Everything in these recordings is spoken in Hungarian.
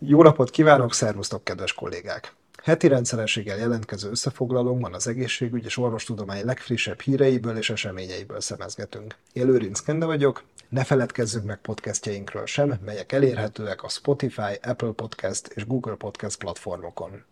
Jó napot kívánok, szervusztok, kedves kollégák! Heti rendszerességgel jelentkező összefoglalónkban az egészségügy és orvostudomány legfrissebb híreiből és eseményeiből szemezgetünk. Én Lőrinc Kende vagyok, ne feledkezzünk meg podcastjainkről sem, melyek elérhetőek a Spotify, Apple Podcast és Google Podcast platformokon.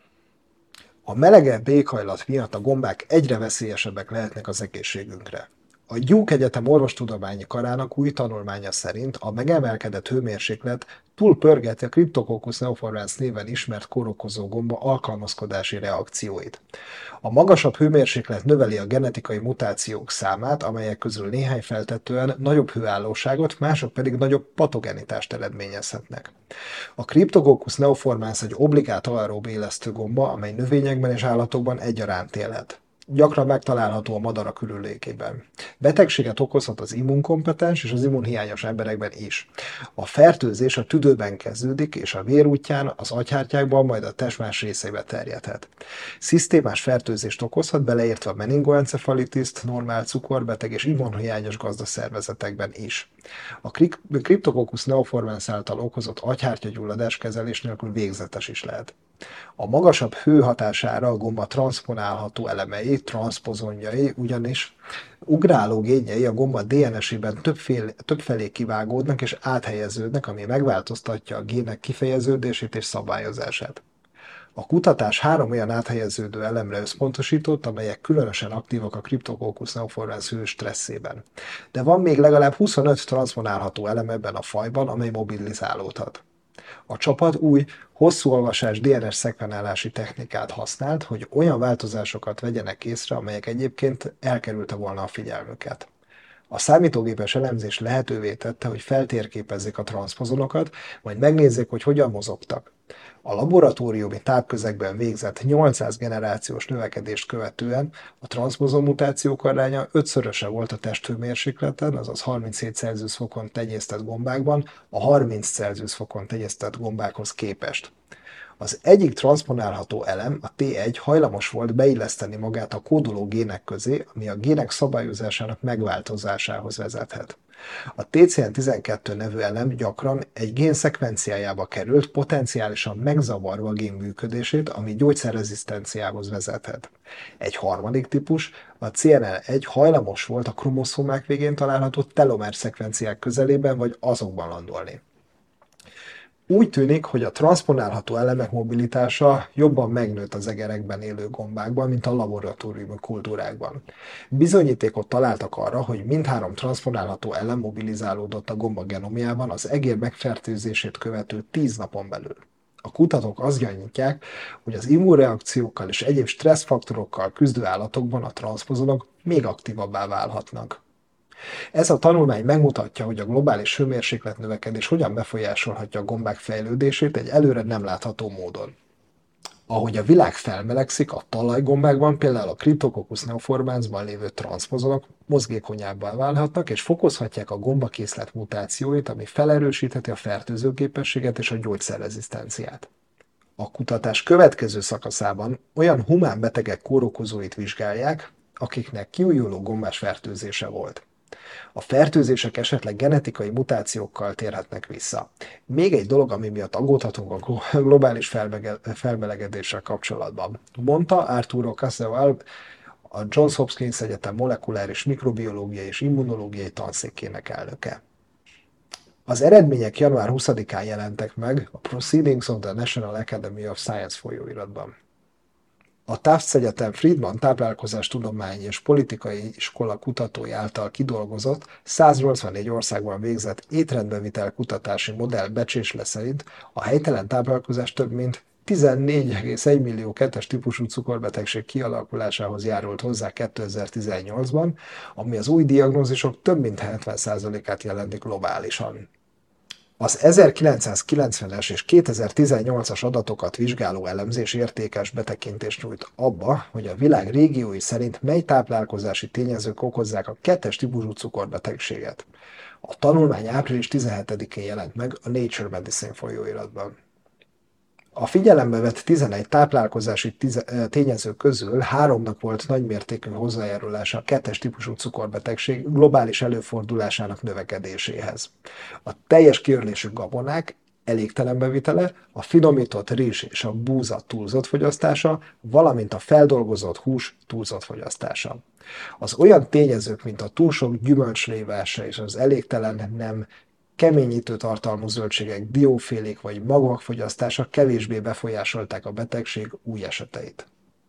A melegebb éghajlat miatt a gombák egyre veszélyesebbek lehetnek az egészségünkre. A Duke Egyetem orvostudományi karának új tanulmánya szerint a megemelkedett hőmérséklet túlpörgeti a Cryptococcus neoformans néven ismert kórokozó gomba alkalmazkodási reakcióit. A magasabb hőmérséklet növeli a genetikai mutációk számát, amelyek közül néhány feltetően nagyobb hőállóságot, mások pedig nagyobb patogenitást eredményezhetnek. A Cryptococcus neoformans egy obligát aerób élesztő gomba, amely növényekben és állatokban egyaránt élhet. Gyakran megtalálható a madarak ürülékében. Betegséget okozhat az immunkompetens és az immunhiányos emberekben is. A fertőzés a tüdőben kezdődik, és a vérútján, az agyhártyákban, majd a test más részeibe terjedhet. Szisztémás fertőzést okozhat, beleértve a meningoencefalitiszt, normál cukorbeteg és immunhiányos gazdaszervezetekben is. A Cryptococcus neoformans által okozott agyhártyagyulladás kezelés nélkül végzetes is lehet. A magasabb hő hatására a gomba transzponálható elemei, transzpozonjai ugyanis ugráló génjei a gomba DNS-ében többfelé kivágódnak és áthelyeződnek, ami megváltoztatja a gének kifejeződését és szabályozását. A kutatás 3 olyan áthelyeződő elemre összpontosított, amelyek különösen aktívak a Cryptococcus neoformans hő stresszében. De van még legalább 25 transzponálható elem ebben a fajban, amely mobilizálódhat. A csapat új, hosszú olvasás DNS szekvenálási technikát használt, hogy olyan változásokat vegyenek észre, amelyek egyébként elkerülte volna a figyelmüket. A számítógépes elemzés lehetővé tette, hogy feltérképezzék a transzpozonokat, majd megnézzék, hogy hogyan mozogtak. A laboratóriumi tápközegben végzett 800 generációs növekedést követően a transzpozon mutációk aránya 5-szöröse volt a testhőmérsékleten, azaz 37 Celsius fokon tenyésztett gombákban a 30 Celsius fokon tenyésztett gombákhoz képest. Az egyik transzponálható elem, a T1 hajlamos volt beilleszteni magát a kódoló gének közé, ami a gének szabályozásának megváltozásához vezethet. A TCN12 nevű elem gyakran egy gén szekvenciájába került, potenciálisan megzavarva a gén működését, ami gyógyszerrezisztenciához vezethet. Egy harmadik típus, a CNL1 hajlamos volt a kromoszómák végén található telomer szekvenciák közelében vagy azokban landolni. Úgy tűnik, hogy a transzponálható elemek mobilitása jobban megnőtt az egerekben élő gombákban, mint a laboratóriumi kultúrákban. Bizonyítékot találtak arra, hogy mindhárom transzponálható elem mobilizálódott a gomba genomjában az egér megfertőzését követő 10 napon belül. A kutatók azt gyanítják, hogy az immunreakciókkal és egyéb stresszfaktorokkal küzdő állatokban a transzpozonok még aktívabbá válhatnak. Ez a tanulmány megmutatja, hogy a globális hőmérséklet növekedés hogyan befolyásolhatja a gombák fejlődését egy előre nem látható módon. Ahogy a világ felmelegszik, a talajgombákban, például a Cryptococcus neoformansban lévő transzpozonok mozgékonyabbá válhatnak és fokozhatják a gombakészlet mutációit, ami felerősítheti a fertőzőképességet és a gyógyszerrezisztenciát. A kutatás következő szakaszában olyan humán betegek kórokozóit vizsgálják, akiknek kiújuló gombás fertőzése volt. A fertőzések esetleg genetikai mutációkkal térhetnek vissza. Még egy dolog, ami miatt aggódhatunk a globális felmelegedéssel kapcsolatban, mondta Arturo Casella, a Johns Hopkins Egyetem molekuláris mikrobiológiai és immunológiai tanszékének elnöke. Az eredmények január 20-án jelentek meg a Proceedings of the National Academy of Science folyóiratban. A Tufts Egyetem Friedman táplálkozástudományi és politikai iskola kutatói által kidolgozott 184 országban végzett étrendbevitel kutatási modell becslésle szerint a helytelen táplálkozás több mint 14,1 millió 2-es típusú cukorbetegség kialakulásához járult hozzá 2018-ban, ami az új diagnózisok több mint 70%-át jelenti globálisan. Az 1990-es és 2018-as adatokat vizsgáló elemzés értékes betekintést nyújt abba, hogy a világ régiói szerint mely táplálkozási tényezők okozzák a 2-es típusú cukorbetegséget. A tanulmány április 17-én jelent meg a Nature Medicine folyóiratban. A figyelembe vett 11 táplálkozási tényező közül 3-nak volt nagymértékű hozzájárulása a 2-es típusú cukorbetegség globális előfordulásának növekedéséhez. A teljes kiörlésű gabonák elégtelen bevitele, a finomított rizs és a búza túlzott fogyasztása, valamint a feldolgozott hús túlzott fogyasztása. Az olyan tényezők, mint a túl sok gyümölcslévása és az elégtelen nem keményítő tartalmú zöldségek, diófélék vagy magvak fogyasztása kevésbé befolyásolták a betegség új eseteit.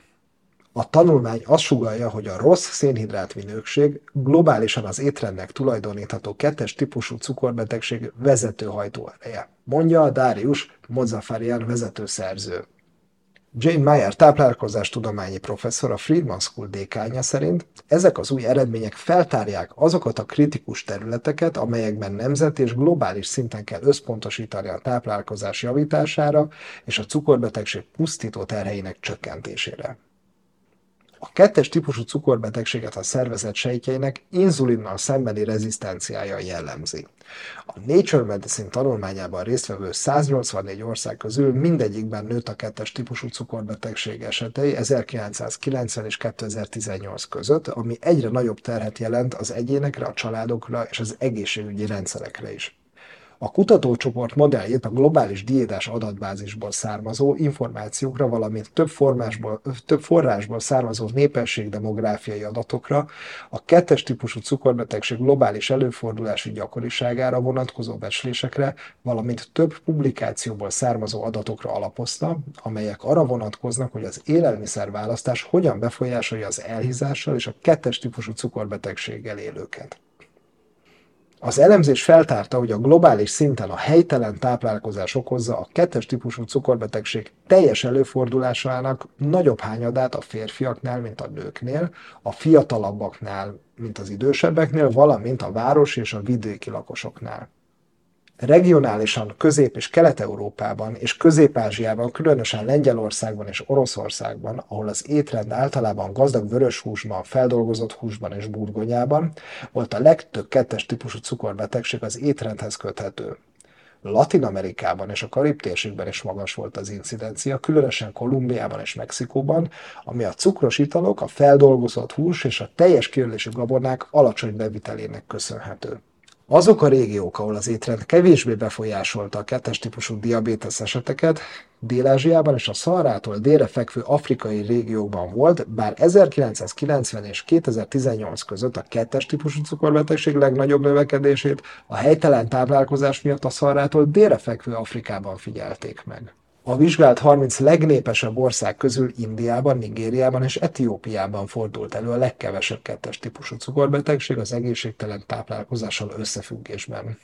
A tanulmány azt sugallja, hogy a rossz szénhidrátminőség globálisan az étrendnek tulajdonítható 2-es típusú cukorbetegség vezető hajtóereje, mondja Darius Mozaffarian vezetőszerző. Jane Meyer táplálkozástudományi professzor, a Friedman School dékánja szerint ezek az új eredmények feltárják azokat a kritikus területeket, amelyekben nemzeti és globális szinten kell összpontosítani a táplálkozás javítására és a cukorbetegség pusztító terheinek csökkentésére. A 2-es típusú cukorbetegséget a szervezet sejtjeinek inzulinnal szembeni rezisztenciája jellemzi. A Nature Medicine tanulmányában résztvevő 184 ország közül mindegyikben nőtt a 2-es típusú cukorbetegség esetei 1990 és 2018 között, ami egyre nagyobb terhet jelent az egyénekre, a családokra és az egészségügyi rendszerekre is. A kutatócsoport modelljét a globális diétás adatbázisból származó információkra, valamint több forrásból származó népességdemográfiai adatokra, a 2-es típusú cukorbetegség globális előfordulási gyakoriságára vonatkozó becslésekre, valamint több publikációból származó adatokra alapozta, amelyek arra vonatkoznak, hogy az élelmiszerválasztás hogyan befolyásolja az elhízással és a 2-es típusú cukorbetegséggel élőket. Az elemzés feltárta, hogy a globális szinten a helytelen táplálkozás okozza a 2-es típusú cukorbetegség teljes előfordulásának nagyobb hányadát a férfiaknál, mint a nőknél, a fiatalabbaknál, mint az idősebbeknél, valamint a városi és a vidéki lakosoknál. Regionálisan Közép- és Kelet-Európában és Közép-Ázsiában, különösen Lengyelországban és Oroszországban, ahol az étrend általában gazdag vörös húsban, feldolgozott húsban és burgonyában, volt a legtöbb 2-es típusú cukorbetegség az étrendhez köthető. Latin-Amerikában és a Karib-térségben is magas volt az incidencia, különösen Kolumbiában és Mexikóban, ami a cukros italok, a feldolgozott hús és a teljes kiölési gabonák alacsony bevitelének köszönhető. Azok a régiók, ahol az étrend kevésbé befolyásolta a 2-es típusú diabétesz eseteket, Dél-Ázsiában és a Szaharától délre fekvő afrikai régiókban volt, bár 1990 és 2018 között a 2-es típusú cukorbetegség legnagyobb növekedését a helytelen táplálkozás miatt a Szaharától délre fekvő Afrikában figyelték meg. A vizsgált 30 legnépesebb ország közül Indiában, Nigériában és Etiópiában fordult elő a legkevesebb 2-es típusú cukorbetegség az egészségtelen táplálkozással összefüggésben.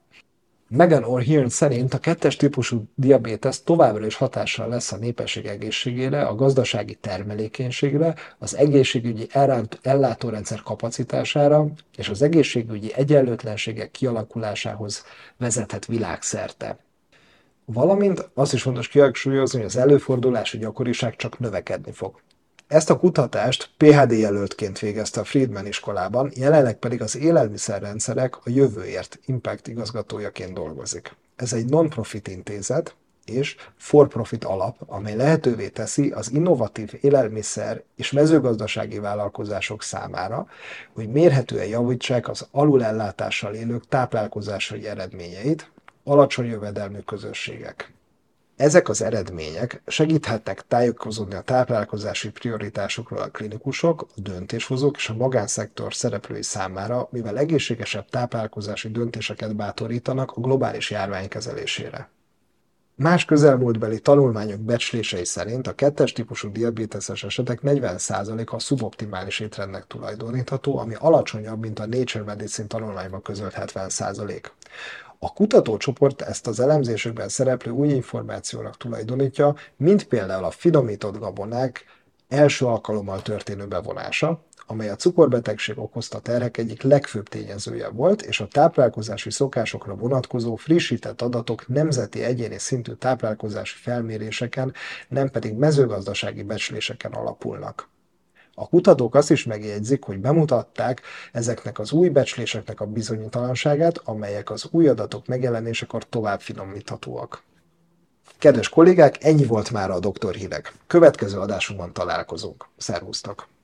Megan O'Hearn szerint a 2-es típusú diabétesz továbbra is hatással lesz a népesség egészségére, a gazdasági termelékenységre, az egészségügyi ellátórendszer kapacitására és az egészségügyi egyenlőtlenségek kialakulásához vezethet világszerte. Valamint azt is fontos kihangsúlyozni, hogy az előfordulási gyakoriság csak növekedni fog. Ezt a kutatást PhD jelöltként végezte a Friedman iskolában, jelenleg pedig az Élelmiszerrendszerek a Jövőért Impact igazgatójaként dolgozik. Ez egy non-profit intézet és for-profit alap, amely lehetővé teszi az innovatív élelmiszer és mezőgazdasági vállalkozások számára, hogy mérhetően javítsák az alulellátással élők táplálkozási eredményeit, alacsony jövedelmű közösségek. Ezek az eredmények segíthetnek tájékozódni a táplálkozási prioritásokról a klinikusok, a döntéshozók és a magánszektor szereplői számára, mivel egészségesebb táplálkozási döntéseket bátorítanak a globális járvány kezelésére. Más közelmúltbeli tanulmányok becslései szerint a 2-es típusú diabéteses esetek 40%-a szuboptimális étrendnek tulajdonítható, ami alacsonyabb, mint a Nature Medicine tanulmányban közölt 70%. A kutatócsoport ezt az elemzésekben szereplő új információnak tulajdonítja, mint például a finomított gabonák első alkalommal történő bevonása, amely a cukorbetegség okozta terhek egyik legfőbb tényezője volt, és a táplálkozási szokásokra vonatkozó frissített adatok nemzeti egyéni szintű táplálkozási felméréseken, nem pedig mezőgazdasági becsléseken alapulnak. A kutatók azt is megjegyzik, hogy bemutatták ezeknek az új becsléseknek a bizonytalanságát, amelyek az új adatok megjelenésekor tovább finomíthatóak. Kedves kollégák, ennyi volt már a Dr. Hideg. Következő adásunkban találkozunk. Szervusztok!